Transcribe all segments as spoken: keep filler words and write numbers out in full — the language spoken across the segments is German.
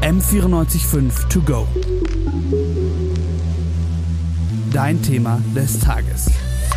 M vierundneunzig Komma fünf To Go. Dein Thema des Tages.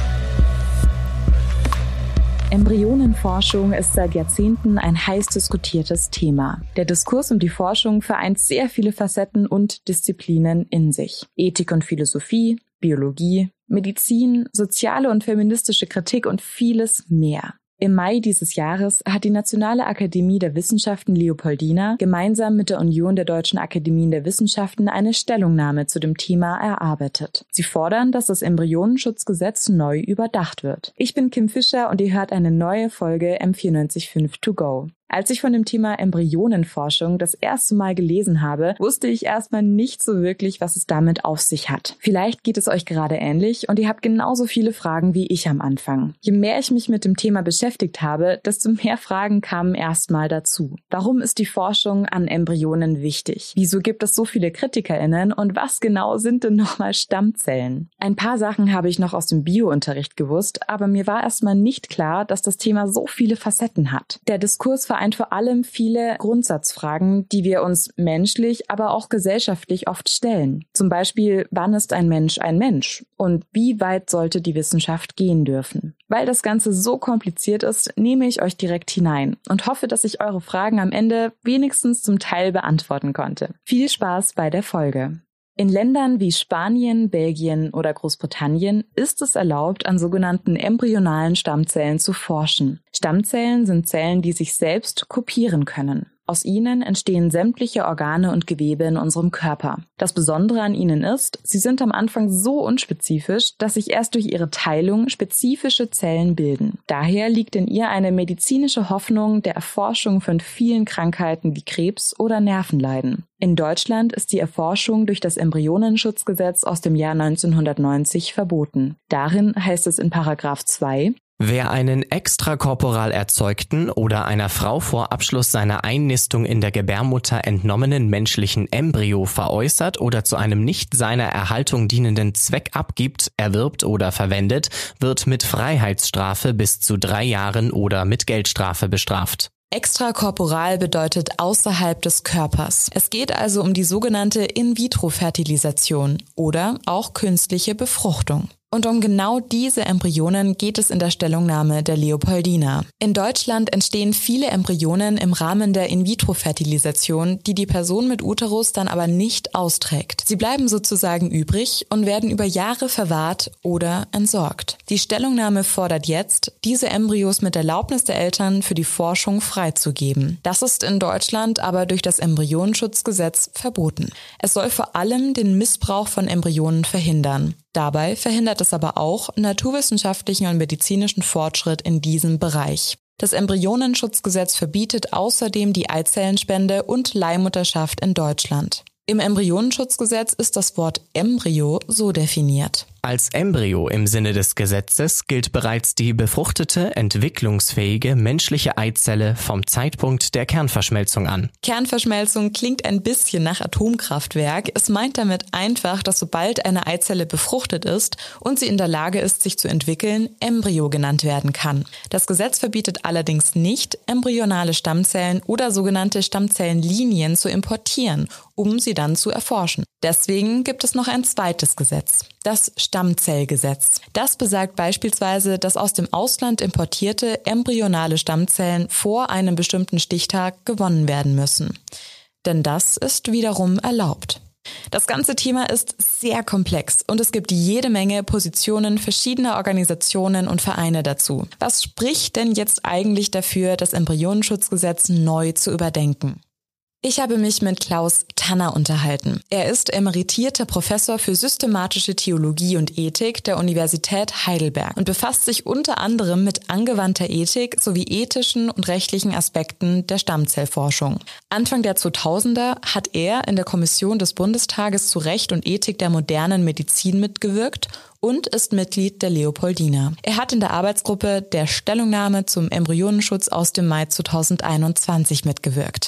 Embryonenforschung ist seit Jahrzehnten ein heiß diskutiertes Thema. Der Diskurs um die Forschung vereint sehr viele Facetten und Disziplinen in sich. Ethik und Philosophie, Biologie, Medizin, soziale und feministische Kritik und vieles mehr. Im Mai dieses Jahres hat die Nationale Akademie der Wissenschaften Leopoldina gemeinsam mit der Union der Deutschen Akademien der Wissenschaften eine Stellungnahme zu dem Thema erarbeitet. Sie fordern, dass das Embryonenschutzgesetz neu überdacht wird. Ich bin Kim Fischer und ihr hört eine neue Folge M vierundneunzig Komma fünf To Go. Als ich von dem Thema Embryonenforschung das erste Mal gelesen habe, wusste ich erstmal nicht so wirklich, was es damit auf sich hat. Vielleicht geht es euch gerade ähnlich und ihr habt genauso viele Fragen wie ich am Anfang. Je mehr ich mich mit dem Thema beschäftigt habe, desto mehr Fragen kamen erstmal dazu. Warum ist die Forschung an Embryonen wichtig? Wieso gibt es so viele KritikerInnen und was genau sind denn nochmal Stammzellen? Ein paar Sachen habe ich noch aus dem Bio-Unterricht gewusst, aber mir war erstmal nicht klar, dass das Thema so viele Facetten hat. Der Diskurs vereint vor allem viele Grundsatzfragen, die wir uns menschlich, aber auch gesellschaftlich oft stellen. Zum Beispiel, wann ist ein Mensch ein Mensch? Und wie weit sollte die Wissenschaft gehen dürfen? Weil das Ganze so kompliziert ist, nehme ich euch direkt hinein und hoffe, dass ich eure Fragen am Ende wenigstens zum Teil beantworten konnte. Viel Spaß bei der Folge. In Ländern wie Spanien, Belgien oder Großbritannien ist es erlaubt, an sogenannten embryonalen Stammzellen zu forschen. Stammzellen sind Zellen, die sich selbst kopieren können. Aus ihnen entstehen sämtliche Organe und Gewebe in unserem Körper. Das Besondere an ihnen ist, sie sind am Anfang so unspezifisch, dass sich erst durch ihre Teilung spezifische Zellen bilden. Daher liegt in ihr eine medizinische Hoffnung der Erforschung von vielen Krankheiten wie Krebs oder Nervenleiden. In Deutschland ist die Erforschung durch das Embryonenschutzgesetz aus dem Jahr neunzehnhundertneunzig verboten. Darin heißt es in Paragraph zwei: Wer einen extrakorporal erzeugten oder einer Frau vor Abschluss seiner Einnistung in der Gebärmutter entnommenen menschlichen Embryo veräußert oder zu einem nicht seiner Erhaltung dienenden Zweck abgibt, erwirbt oder verwendet, wird mit Freiheitsstrafe bis zu drei Jahren oder mit Geldstrafe bestraft. Extrakorporal bedeutet außerhalb des Körpers. Es geht also um die sogenannte In-vitro-Fertilisation oder auch künstliche Befruchtung. Und um genau diese Embryonen geht es in der Stellungnahme der Leopoldina. In Deutschland entstehen viele Embryonen im Rahmen der In-vitro-Fertilisation, die die Person mit Uterus dann aber nicht austrägt. Sie bleiben sozusagen übrig und werden über Jahre verwahrt oder entsorgt. Die Stellungnahme fordert jetzt, diese Embryos mit Erlaubnis der Eltern für die Forschung freizugeben. Das ist in Deutschland aber durch das Embryonenschutzgesetz verboten. Es soll vor allem den Missbrauch von Embryonen verhindern. Dabei verhindert es aber auch naturwissenschaftlichen und medizinischen Fortschritt in diesem Bereich. Das Embryonenschutzgesetz verbietet außerdem die Eizellenspende und Leihmutterschaft in Deutschland. Im Embryonenschutzgesetz ist das Wort Embryo so definiert: Als Embryo im Sinne des Gesetzes gilt bereits die befruchtete, entwicklungsfähige menschliche Eizelle vom Zeitpunkt der Kernverschmelzung an. Kernverschmelzung klingt ein bisschen nach Atomkraftwerk. Es meint damit einfach, dass sobald eine Eizelle befruchtet ist und sie in der Lage ist, sich zu entwickeln, Embryo genannt werden kann. Das Gesetz verbietet allerdings nicht, embryonale Stammzellen oder sogenannte Stammzellenlinien zu importieren, um sie dann zu erforschen. Deswegen gibt es noch ein zweites Gesetz, das Stammzellgesetz. Das besagt beispielsweise, dass aus dem Ausland importierte embryonale Stammzellen vor einem bestimmten Stichtag gewonnen werden müssen. Denn das ist wiederum erlaubt. Das ganze Thema ist sehr komplex und es gibt jede Menge Positionen verschiedener Organisationen und Vereine dazu. Was spricht denn jetzt eigentlich dafür, das Embryonenschutzgesetz neu zu überdenken? Ich habe mich mit Klaus Tanner unterhalten. Er ist emeritierter Professor für systematische Theologie und Ethik der Universität Heidelberg und befasst sich unter anderem mit angewandter Ethik sowie ethischen und rechtlichen Aspekten der Stammzellforschung. Anfang der zweitausender hat er in der Kommission des Bundestages zu Recht und Ethik der modernen Medizin mitgewirkt und ist Mitglied der Leopoldina. Er hat in der Arbeitsgruppe der Stellungnahme zum Embryonenschutz aus dem Mai zweitausendeinundzwanzig mitgewirkt.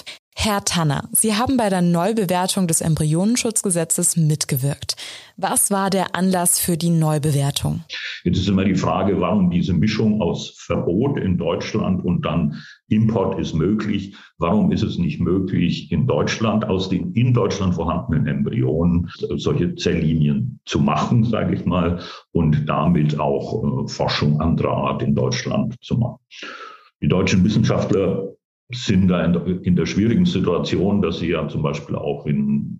Herr Tanner, Sie haben bei der Neubewertung des Embryonenschutzgesetzes mitgewirkt. Was war der Anlass für die Neubewertung? Jetzt ist immer die Frage, warum diese Mischung aus Verbot in Deutschland und dann Import ist möglich. Warum ist es nicht möglich, in Deutschland aus den in Deutschland vorhandenen Embryonen solche Zelllinien zu machen, sage ich mal, und damit auch äh, Forschung anderer Art in Deutschland zu machen? Die deutschen Wissenschaftler sind da in, in der schwierigen Situation, dass sie ja zum Beispiel auch in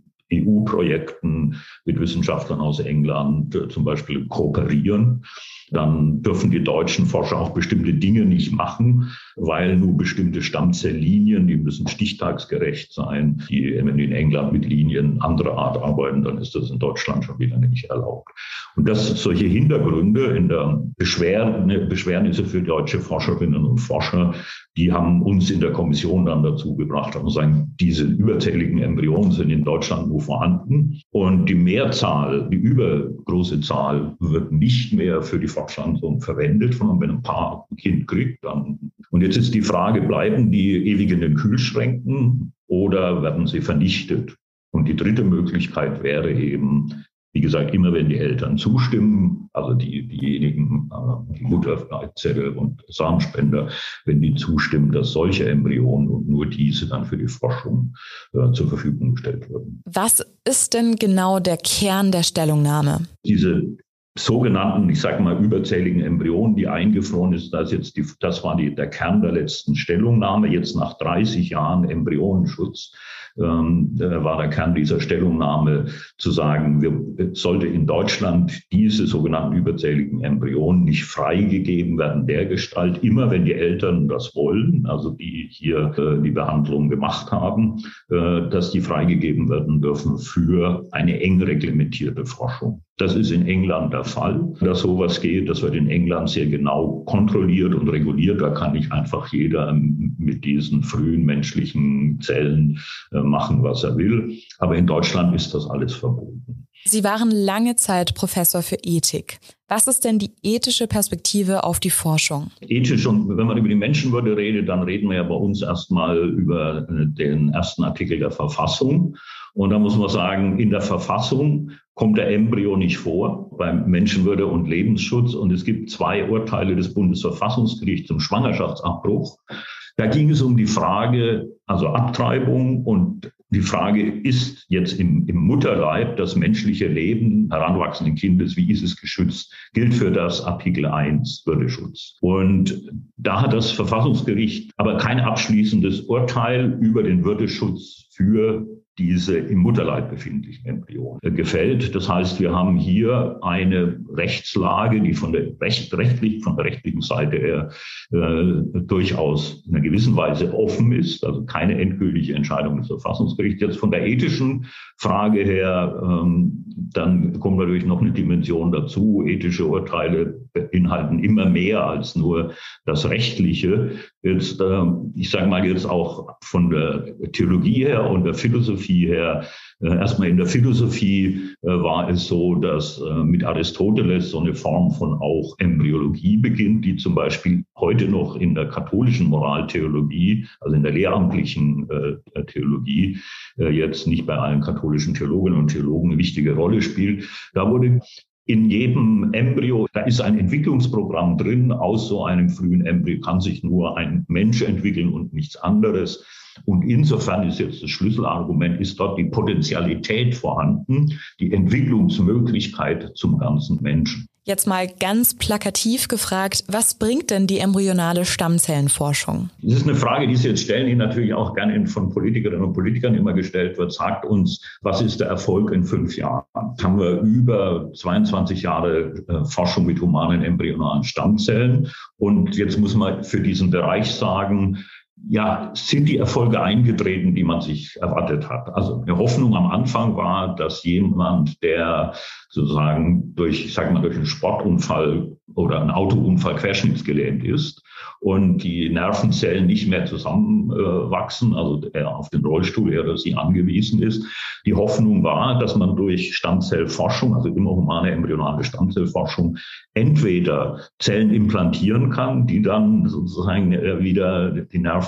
E U-Projekten mit Wissenschaftlern aus England äh, zum Beispiel kooperieren. Dann dürfen die deutschen Forscher auch bestimmte Dinge nicht machen, weil nur bestimmte Stammzelllinien, die müssen stichtagsgerecht sein, die wenn die in England mit Linien anderer Art arbeiten, dann ist das in Deutschland schon wieder nicht erlaubt. Und das solche Hintergründe in der Beschwerde, Beschwernisse für deutsche Forscherinnen und Forscher, die haben uns in der Kommission dann dazu gebracht, und sagen, diese überzähligen Embryonen sind in Deutschland nur vorhanden und die Mehrzahl, die übergroße Zahl wird nicht mehr für die Fortpflanzung verwendet, sondern wenn ein Paar ein Kind kriegt, dann. Und jetzt ist die Frage, bleiben die ewig in den Kühlschränken oder werden sie vernichtet? Und die dritte Möglichkeit wäre eben, wie gesagt, immer wenn die Eltern zustimmen, also die, diejenigen, äh, die Muttereizelle und Samenspender, wenn die zustimmen, dass solche Embryonen und nur diese dann für die Forschung äh, zur Verfügung gestellt werden. Was ist denn genau der Kern der Stellungnahme? Diese sogenannten, ich sage mal, überzähligen Embryonen, die eingefroren ist, das, jetzt die, das war die, der Kern der letzten Stellungnahme. Jetzt nach dreißig Jahren Embryonenschutz ähm, war der Kern dieser Stellungnahme zu sagen, wir, sollte in Deutschland diese sogenannten überzähligen Embryonen nicht freigegeben werden, dergestalt, immer wenn die Eltern das wollen, also die hier äh, die Behandlung gemacht haben, äh, dass die freigegeben werden dürfen für eine eng reglementierte Forschung. Das ist in England der Fall, dass sowas geht. Das wird in England sehr genau kontrolliert und reguliert. Da kann nicht einfach jeder mit diesen frühen menschlichen Zellen machen, was er will. Aber in Deutschland ist das alles verboten. Sie waren lange Zeit Professor für Ethik. Was ist denn die ethische Perspektive auf die Forschung? Ethisch, und wenn man über die Menschenwürde redet, dann reden wir ja bei uns erstmal über den ersten Artikel der Verfassung. Und da muss man sagen, in der Verfassung kommt der Embryo nicht vor beim Menschenwürde und Lebensschutz. Und es gibt zwei Urteile des Bundesverfassungsgerichts zum Schwangerschaftsabbruch. Da ging es um die Frage, also Abtreibung, und die Frage, ist jetzt im, im Mutterleib das menschliche Leben heranwachsenden Kindes, wie ist es geschützt, gilt für das Artikel eins Würdeschutz. Und da hat das Verfassungsgericht aber kein abschließendes Urteil über den Würdeschutz für diese im Mutterleib befindlichen Embryonen gefällt. Das heißt, wir haben hier eine Rechtslage, die von der Recht, rechtlich, von der rechtlichen Seite her äh, durchaus in einer gewissen Weise offen ist, also keine endgültige Entscheidung des Verfassungsgerichts. Jetzt von der ethischen Frage her, ähm, dann kommt natürlich noch eine Dimension dazu. Ethische Urteile beinhalten immer mehr als nur das Rechtliche. Jetzt, äh, ich sage mal jetzt auch von der Theologie her und der Philosophie her. Äh, erstmal in der Philosophie äh, war es so, dass äh, mit Aristoteles so eine Form von auch Embryologie beginnt, die zum Beispiel heute noch in der katholischen Moraltheologie, also in der lehramtlichen äh, Theologie, äh, jetzt nicht bei allen katholischen Theologinnen und Theologen eine wichtige Rolle spielt. Da wurde in jedem Embryo, da ist ein Entwicklungsprogramm drin. Aus so einem frühen Embryo kann sich nur ein Mensch entwickeln und nichts anderes. Und insofern ist jetzt das Schlüsselargument, ist dort die Potentialität vorhanden, die Entwicklungsmöglichkeit zum ganzen Menschen. Jetzt mal ganz plakativ gefragt, was bringt denn die embryonale Stammzellenforschung? Das ist eine Frage, die Sie jetzt stellen, die natürlich auch gerne von Politikerinnen und Politikern immer gestellt wird. Sagt uns, was ist der Erfolg in fünf Jahren? Jetzt haben wir über zweiundzwanzig Jahre äh, Forschung mit humanen embryonalen Stammzellen. Und jetzt muss man für diesen Bereich sagen, ja, sind die Erfolge eingetreten, die man sich erwartet hat? Also eine Hoffnung am Anfang war, dass jemand, der sozusagen durch, ich sage mal, durch einen Sportunfall oder einen Autounfall querschnittsgelähmt ist und die Nervenzellen nicht mehr zusammenwachsen, äh, also er auf den Rollstuhl, er oder sie angewiesen ist. Die Hoffnung war, dass man durch Stammzellforschung, also immer humane embryonale Stammzellforschung, entweder Zellen implantieren kann, die dann sozusagen wieder die Nerven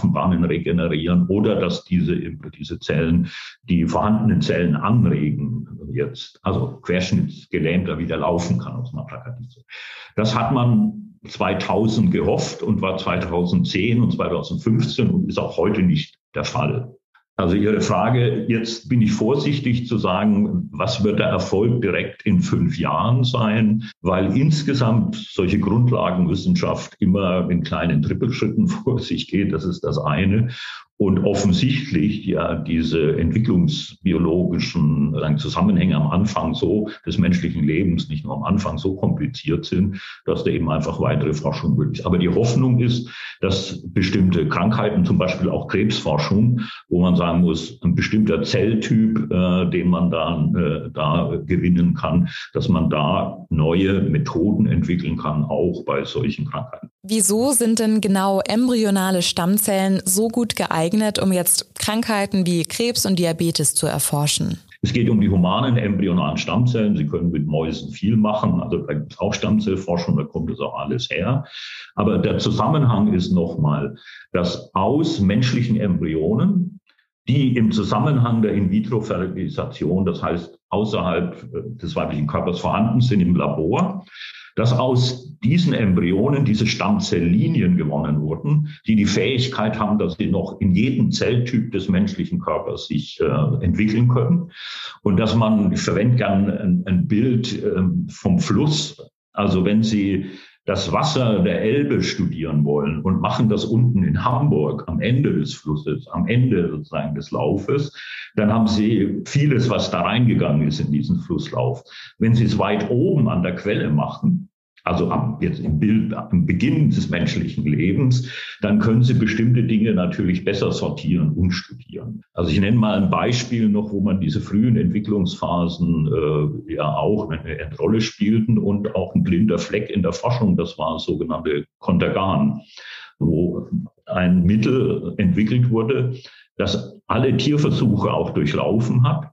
Nervenbahnen regenerieren oder dass diese, diese Zellen die vorhandenen Zellen anregen jetzt. Also Querschnittsgelähmter wieder laufen kann, aus einer plakativ. Das hat man zweitausend gehofft und war zweitausendzehn und zweitausendfünfzehn und ist auch heute nicht der Fall. Also Ihre Frage, jetzt bin ich vorsichtig zu sagen, was wird der Erfolg direkt in fünf Jahren sein, weil insgesamt solche Grundlagenwissenschaft immer in kleinen Trippelschritten vor sich geht, das ist das eine. Und offensichtlich ja diese entwicklungsbiologischen sagen, Zusammenhänge am Anfang so des menschlichen Lebens, nicht nur am Anfang, so kompliziert sind, dass da eben einfach weitere Forschung möglich ist. Aber die Hoffnung ist, dass bestimmte Krankheiten, zum Beispiel auch Krebsforschung, wo man sagen muss, ein bestimmter Zelltyp, äh, den man dann äh, da gewinnen kann, dass man da neue Methoden entwickeln kann, auch bei solchen Krankheiten. Wieso sind denn genau embryonale Stammzellen so gut geeignet, um jetzt Krankheiten wie Krebs und Diabetes zu erforschen? Es geht um die humanen embryonalen Stammzellen. Sie können mit Mäusen viel machen. Also da gibt es auch Stammzellforschung, da kommt das auch alles her. Aber der Zusammenhang ist nochmal, dass aus menschlichen Embryonen, die im Zusammenhang der In-vitro-Fertilisation, das heißt außerhalb des weiblichen Körpers vorhanden sind im Labor, dass aus diesen Embryonen diese Stammzelllinien gewonnen wurden, die die Fähigkeit haben, dass sie noch in jedem Zelltyp des menschlichen Körpers sich äh, entwickeln können. Und dass man, ich verwende gerne ein, ein Bild äh, vom Fluss, also wenn Sie das Wasser der Elbe studieren wollen und machen das unten in Hamburg am Ende des Flusses, am Ende sozusagen des Laufes, dann haben Sie vieles, was da reingegangen ist in diesen Flusslauf. Wenn Sie es weit oben an der Quelle machen, also am, jetzt im Bild, am Beginn des menschlichen Lebens, dann können Sie bestimmte Dinge natürlich besser sortieren und studieren. Also ich nenne mal ein Beispiel noch, wo man diese frühen Entwicklungsphasen äh, ja auch eine, eine Rolle spielten und auch ein blinder Fleck in der Forschung, das war das sogenannte Contergan, wo ein Mittel entwickelt wurde, das alle Tierversuche auch durchlaufen hat.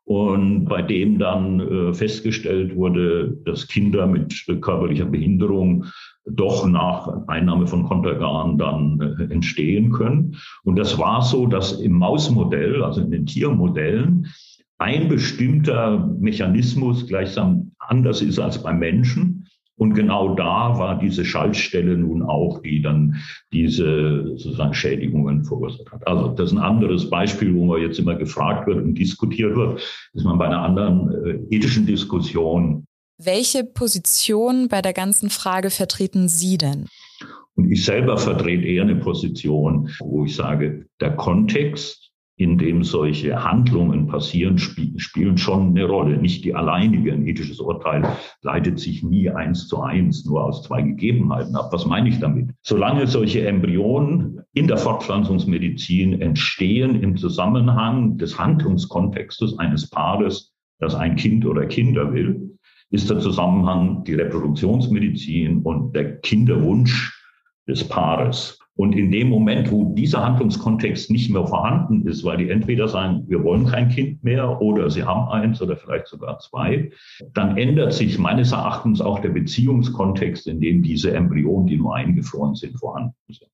Und bei dem dann äh, festgestellt wurde, dass Kinder mit äh, körperlicher Behinderung doch nach Einnahme von Contergan dann äh, entstehen können. Und das war so, dass im Mausmodell, also in den Tiermodellen, ein bestimmter Mechanismus gleichsam anders ist als beim Menschen. Und genau da war diese Schaltstelle nun auch, die dann diese sozusagen Schädigungen verursacht hat. Also das ist ein anderes Beispiel, wo man jetzt immer gefragt wird und diskutiert wird, ist man bei einer anderen äh, ethischen Diskussion. Welche Position bei der ganzen Frage vertreten Sie denn? Und ich selber vertrete eher eine Position, wo ich sage, der Kontext, in dem solche Handlungen passieren, sp- spielen schon eine Rolle. Nicht die alleinige. Ein ethisches Urteil leitet sich nie eins zu eins nur aus zwei Gegebenheiten ab. Was meine ich damit? Solange solche Embryonen in der Fortpflanzungsmedizin entstehen im Zusammenhang des Handlungskontextes eines Paares, das ein Kind oder Kinder will, ist der Zusammenhang die Reproduktionsmedizin und der Kinderwunsch des Paares. Und in dem Moment, wo dieser Handlungskontext nicht mehr vorhanden ist, weil die entweder sagen, wir wollen kein Kind mehr oder sie haben eins oder vielleicht sogar zwei, dann ändert sich meines Erachtens auch der Beziehungskontext, in dem diese Embryonen, die nur eingefroren sind, vorhanden sind.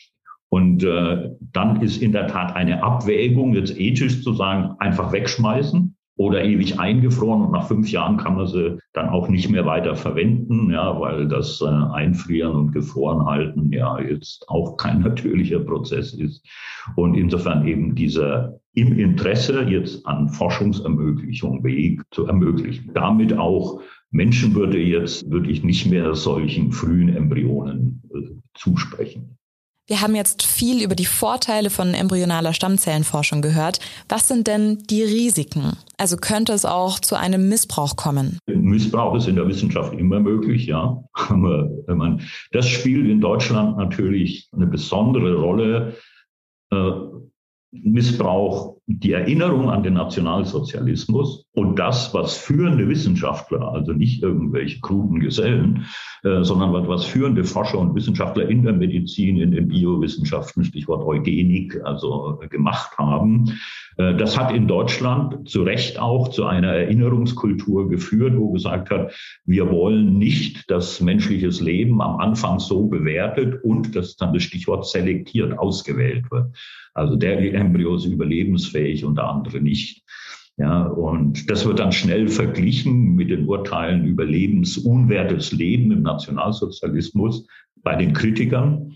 Und äh, dann ist in der Tat eine Abwägung, jetzt ethisch zu sagen, einfach wegschmeißen oder ewig eingefroren und nach fünf Jahren kann man sie dann auch nicht mehr weiter verwenden, ja, weil das äh, Einfrieren und Gefrorenhalten ja jetzt auch kein natürlicher Prozess ist. Und insofern eben dieser im Interesse jetzt an Forschungsermöglichung Weg zu ermöglichen. Damit auch Menschenwürde jetzt wirklich nicht mehr solchen frühen Embryonen äh, zusprechen. Wir haben jetzt viel über die Vorteile von embryonaler Stammzellenforschung gehört. Was sind denn die Risiken? Also könnte es auch zu einem Missbrauch kommen? Missbrauch ist in der Wissenschaft immer möglich, ja. Aber wenn man, das spielt in Deutschland natürlich eine besondere Rolle. Äh, Missbrauch, die Erinnerung an den Nationalsozialismus und das, was führende Wissenschaftler, also nicht irgendwelche kruden Gesellen, äh, sondern was, was führende Forscher und Wissenschaftler in der Medizin, in den Biowissenschaften, Stichwort Eugenik, also äh, gemacht haben, Das hat in Deutschland zu Recht auch zu einer Erinnerungskultur geführt, wo gesagt hat, wir wollen nicht, dass menschliches Leben am Anfang so bewertet und, das ist dann das Stichwort, selektiert ausgewählt wird. Also der Embryo ist überlebensfähig und der andere nicht. Ja, und das wird dann schnell verglichen mit den Urteilen über lebensunwertes Leben im Nationalsozialismus bei den Kritikern.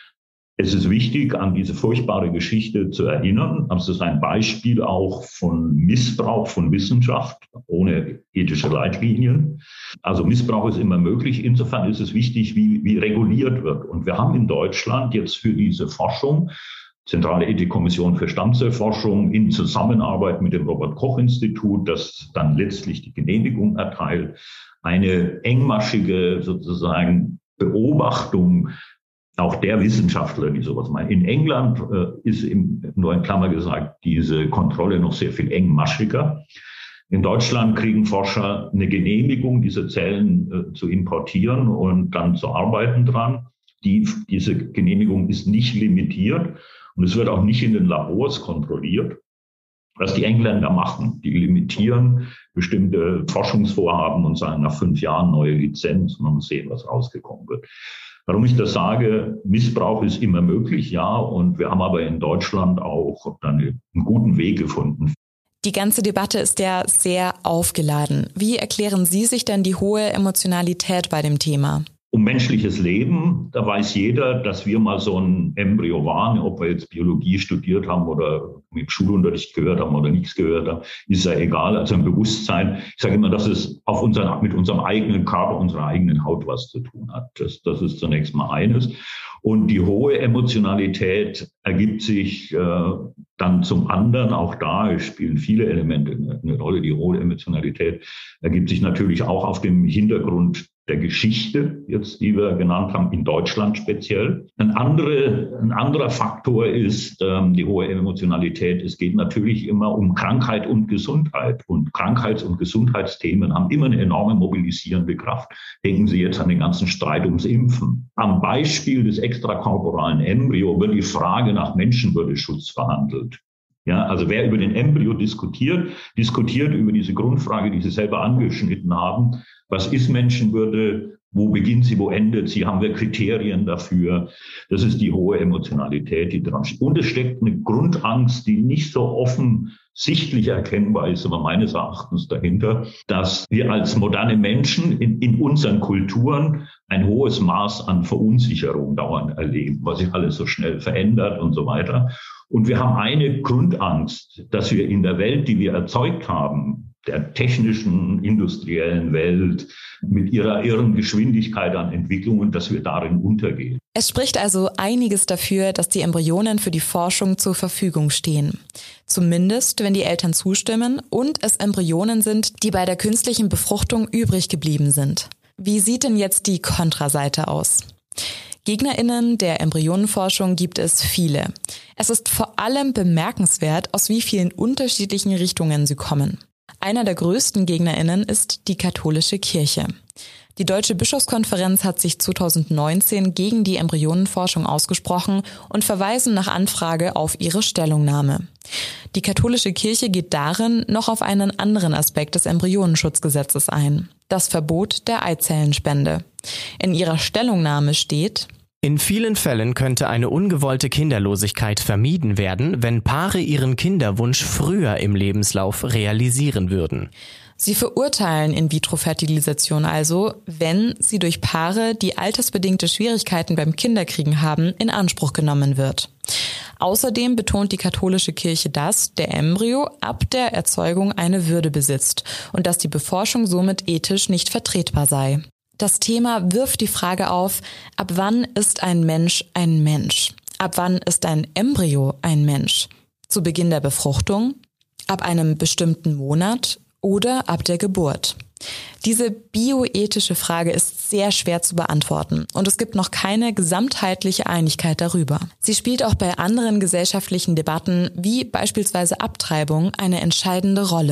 Es ist wichtig, an diese furchtbare Geschichte zu erinnern. Das ist ein Beispiel auch von Missbrauch von Wissenschaft ohne ethische Leitlinien. Also Missbrauch ist immer möglich. Insofern ist es wichtig, wie, wie reguliert wird. Und wir haben in Deutschland jetzt für diese Forschung, Zentrale Ethikkommission für Stammzellforschung in Zusammenarbeit mit dem Robert-Koch-Institut, das dann letztlich die Genehmigung erteilt, eine engmaschige sozusagen Beobachtung auch der Wissenschaftler, die sowas meinen. In England äh, ist im, nur in Klammer gesagt, diese Kontrolle noch sehr viel engmaschiger. In Deutschland kriegen Forscher eine Genehmigung, diese Zellen äh, zu importieren und dann zu arbeiten dran. Die, diese Genehmigung ist nicht limitiert und es wird auch nicht in den Labors kontrolliert. Was die Engländer machen, die limitieren bestimmte Forschungsvorhaben und sagen nach fünf Jahren neue Lizenz und man muss sehen, was rausgekommen wird. Warum ich das sage, Missbrauch ist immer möglich, ja, und wir haben aber in Deutschland auch einen guten Weg gefunden. Die ganze Debatte ist ja sehr aufgeladen. Wie erklären Sie sich denn die hohe Emotionalität bei dem Thema? Um menschliches Leben, da weiß jeder, dass wir mal so ein Embryo waren, ob wir jetzt Biologie studiert haben oder mit Schulunterricht gehört haben oder nichts gehört haben, ist ja egal. Also ein Bewusstsein, ich sage immer, dass es auf unseren, mit unserem eigenen Körper, unserer eigenen Haut was zu tun hat. Das, das ist zunächst mal eines. Und die hohe Emotionalität ergibt sich äh, dann zum anderen, auch da spielen viele Elemente eine, eine Rolle. Die hohe Emotionalität ergibt sich natürlich auch auf dem Hintergrund der Geschichte, jetzt, die wir genannt haben, in Deutschland speziell. Ein, andere, ein anderer Faktor ist ähm, die hohe Emotionalität. Es geht natürlich immer um Krankheit und Gesundheit. Und Krankheits- und Gesundheitsthemen haben immer eine enorme mobilisierende Kraft. Denken Sie jetzt an den ganzen Streit ums Impfen. Am Beispiel des extrakorporalen Embryo wird die Frage nach Menschenwürdeschutz verhandelt. Ja, also wer über den Embryo diskutiert, diskutiert über diese Grundfrage, die Sie selber angeschnitten haben. Was ist Menschenwürde? Wo beginnt sie? Wo endet sie? Haben wir Kriterien dafür? Das ist die hohe Emotionalität, die dran steht. Und es steckt eine Grundangst, die nicht so offensichtlich erkennbar ist, aber meines Erachtens dahinter, dass wir als moderne Menschen in, in unseren Kulturen ein hohes Maß an Verunsicherung dauernd erleben, was sich alles so schnell verändert und so weiter. Und wir haben eine Grundangst, dass wir in der Welt, die wir erzeugt haben, der technischen, industriellen Welt, mit ihrer irren Geschwindigkeit an Entwicklungen, dass wir darin untergehen. Es spricht also einiges dafür, dass die Embryonen für die Forschung zur Verfügung stehen. Zumindest, wenn die Eltern zustimmen und es Embryonen sind, die bei der künstlichen Befruchtung übrig geblieben sind. Wie sieht denn jetzt die Kontraseite aus? GegnerInnen der Embryonenforschung gibt es viele. Es ist vor allem bemerkenswert, aus wie vielen unterschiedlichen Richtungen sie kommen. Einer der größten GegnerInnen ist die katholische Kirche. Die Deutsche Bischofskonferenz hat sich zweitausendneunzehn gegen die Embryonenforschung ausgesprochen und verweisen nach Anfrage auf ihre Stellungnahme. Die katholische Kirche geht darin noch auf einen anderen Aspekt des Embryonenschutzgesetzes ein: das Verbot der Eizellenspende. In ihrer Stellungnahme steht: In vielen Fällen könnte eine ungewollte Kinderlosigkeit vermieden werden, wenn Paare ihren Kinderwunsch früher im Lebenslauf realisieren würden. Sie verurteilen In-vitro-Fertilisation also, wenn sie durch Paare, die altersbedingte Schwierigkeiten beim Kinderkriegen haben, in Anspruch genommen wird. Außerdem betont die katholische Kirche, dass der Embryo ab der Erzeugung eine Würde besitzt und dass die Beforschung somit ethisch nicht vertretbar sei. Das Thema wirft die Frage auf, ab wann ist ein Mensch ein Mensch? Ab wann ist ein Embryo ein Mensch? Zu Beginn der Befruchtung? Ab einem bestimmten Monat? Oder ab der Geburt? Diese bioethische Frage ist sehr schwer zu beantworten und es gibt noch keine gesamtheitliche Einigkeit darüber. Sie spielt auch bei anderen gesellschaftlichen Debatten, wie beispielsweise Abtreibung, eine entscheidende Rolle.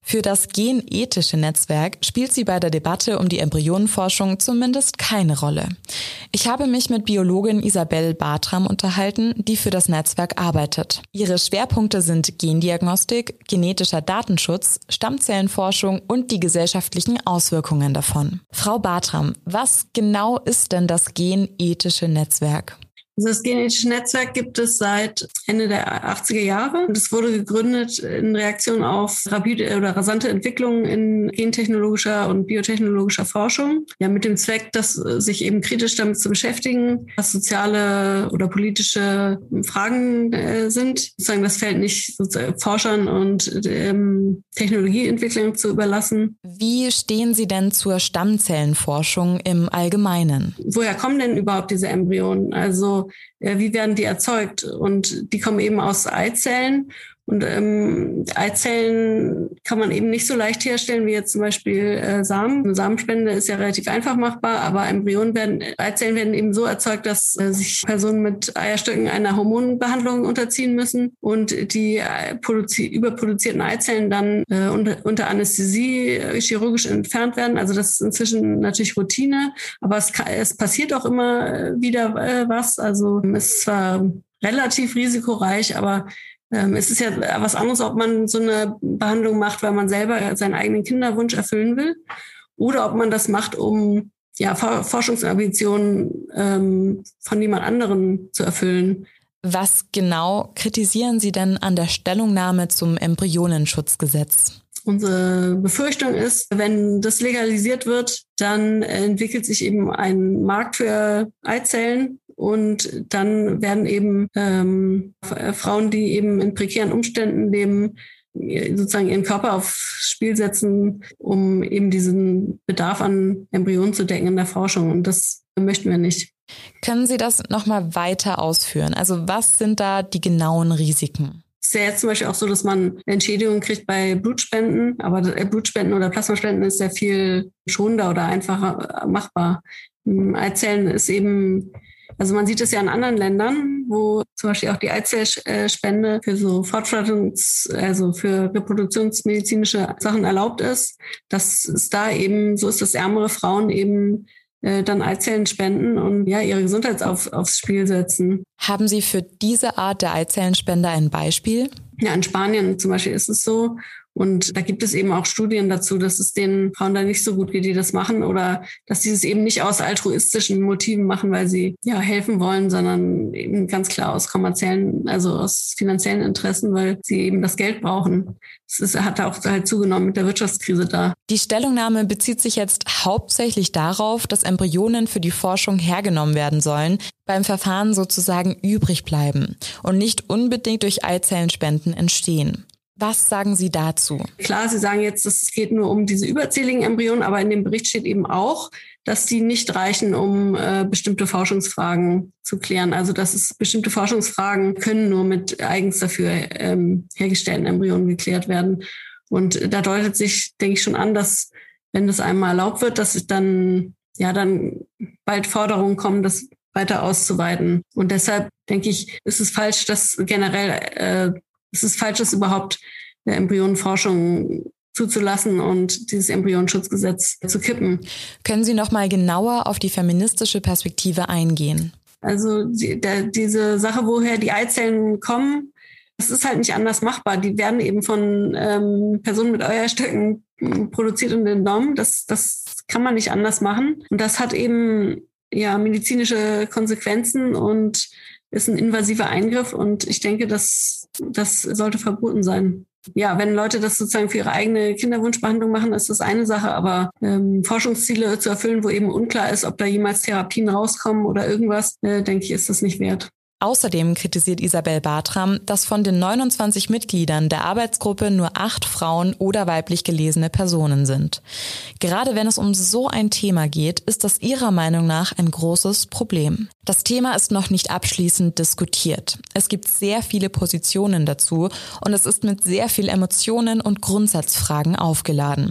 Für das genethische Netzwerk spielt sie bei der Debatte um die Embryonenforschung zumindest keine Rolle. Ich habe mich mit Biologin Isabel Bartram unterhalten, die für das Netzwerk arbeitet. Ihre Schwerpunkte sind Gendiagnostik, genetischer Datenschutz, Stammzellenforschung und die gesellschaftlichen Auswirkungen davon. Frau Bartram, was genau ist denn das genethische Netzwerk? Also das genetische Netzwerk gibt es seit Ende der achtziger Jahre und es wurde gegründet in Reaktion auf rapide oder rasante Entwicklungen in gentechnologischer und biotechnologischer Forschung. Ja, mit dem Zweck, dass sich eben kritisch damit zu beschäftigen, was soziale oder politische Fragen äh, sind. Sozusagen das Feld nicht sozusagen Forschern und ähm, Technologieentwicklung zu überlassen. Wie stehen Sie denn zur Stammzellenforschung im Allgemeinen? Woher kommen denn überhaupt diese Embryonen? Also wie werden die erzeugt? Und die kommen eben aus Eizellen. Und ähm, Eizellen kann man eben nicht so leicht herstellen wie jetzt zum Beispiel äh, Samen. Eine Samenspende ist ja relativ einfach machbar, aber Embryonen werden, Eizellen werden eben so erzeugt, dass äh, sich Personen mit Eierstöcken einer Hormonbehandlung unterziehen müssen und die äh, produzi- überproduzierten Eizellen dann äh, unter, unter Anästhesie äh, chirurgisch entfernt werden. Also das ist inzwischen natürlich Routine, aber es, kann, es passiert auch immer wieder äh, was. Also es ist zwar relativ risikoreich, aber es ist ja was anderes, ob man so eine Behandlung macht, weil man selber seinen eigenen Kinderwunsch erfüllen will oder ob man das macht, um ja, Forschungsambitionen ähm, von jemand anderen zu erfüllen. Was genau kritisieren Sie denn an der Stellungnahme zum Embryonenschutzgesetz? Unsere Befürchtung ist, wenn das legalisiert wird, dann entwickelt sich eben ein Markt für Eizellen. Und dann werden eben ähm, Frauen, die eben in prekären Umständen leben, sozusagen ihren Körper aufs Spiel setzen, um eben diesen Bedarf an Embryonen zu decken in der Forschung. Und das möchten wir nicht. Können Sie das nochmal weiter ausführen? Also was sind da die genauen Risiken? Es ist ja jetzt zum Beispiel auch so, dass man Entschädigungen kriegt bei Blutspenden, aber Blutspenden oder Plasmaspenden ist sehr viel schonender oder einfacher machbar. Eizellen ist eben, also man sieht es ja in anderen Ländern, wo zum Beispiel auch die Eizellspende für so Fortpflanzungs-, also für reproduktionsmedizinische Sachen erlaubt ist, dass es da eben so ist, dass ärmere Frauen eben äh, dann Eizellen spenden und ja ihre Gesundheit auf, aufs Spiel setzen. Haben Sie für diese Art der Eizellenspende ein Beispiel? Ja, in Spanien zum Beispiel ist es so. Und da gibt es eben auch Studien dazu, dass es den Frauen da nicht so gut geht, die das machen oder dass sie es eben nicht aus altruistischen Motiven machen, weil sie ja helfen wollen, sondern eben ganz klar aus kommerziellen, also aus finanziellen Interessen, weil sie eben das Geld brauchen. Das ist, hat auch halt zugenommen mit der Wirtschaftskrise da. Die Stellungnahme bezieht sich jetzt hauptsächlich darauf, dass Embryonen für die Forschung hergenommen werden sollen, beim Verfahren sozusagen übrig bleiben und nicht unbedingt durch Eizellenspenden entstehen. Was sagen Sie dazu? Klar, Sie sagen jetzt, es geht nur um diese überzähligen Embryonen, aber in dem Bericht steht eben auch, dass die nicht reichen, um äh, bestimmte Forschungsfragen zu klären. Also dass es bestimmte Forschungsfragen können nur mit eigens dafür ähm, hergestellten Embryonen geklärt werden. Und da deutet sich, denke ich, schon an, dass wenn das einmal erlaubt wird, dass es dann ja dann bald Forderungen kommen, das weiter auszuweiten. Und deshalb denke ich, ist es falsch, dass generell äh, Es ist falsch, das überhaupt der Embryonenforschung zuzulassen und dieses Embryonenschutzgesetz zu kippen. Können Sie noch mal genauer auf die feministische Perspektive eingehen? Also die, der, diese Sache, woher die Eizellen kommen, das ist halt nicht anders machbar. Die werden eben von ähm, Personen mit Eierstöcken produziert und entnommen. Das, das kann man nicht anders machen. Und das hat eben ja medizinische Konsequenzen und ist ein invasiver Eingriff und ich denke, das, das sollte verboten sein. Ja, wenn Leute das sozusagen für ihre eigene Kinderwunschbehandlung machen, ist das eine Sache, aber ähm, Forschungsziele zu erfüllen, wo eben unklar ist, ob da jemals Therapien rauskommen oder irgendwas, äh, denke ich, ist das nicht wert. Außerdem kritisiert Isabel Bartram, dass von den neunundzwanzig Mitgliedern der Arbeitsgruppe nur acht Frauen oder weiblich gelesene Personen sind. Gerade wenn es um so ein Thema geht, ist das ihrer Meinung nach ein großes Problem. Das Thema ist noch nicht abschließend diskutiert. Es gibt sehr viele Positionen dazu und es ist mit sehr viel Emotionen und Grundsatzfragen aufgeladen.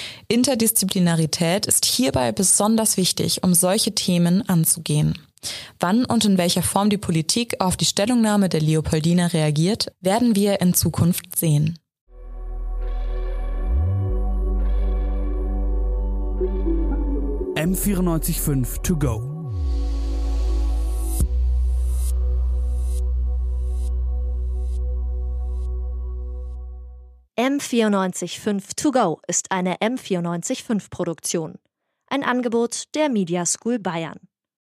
Interdisziplinarität ist hierbei besonders wichtig, um solche Themen anzugehen. Wann und in welcher Form die Politik auf die Stellungnahme der Leopoldina reagiert, werden wir in Zukunft sehen. M vierundneunzig Komma fünf to go. M vierundneunzig Komma fünf to go ist eine M vierundneunzig Komma fünf Produktion. Ein Angebot der Media School Bayern.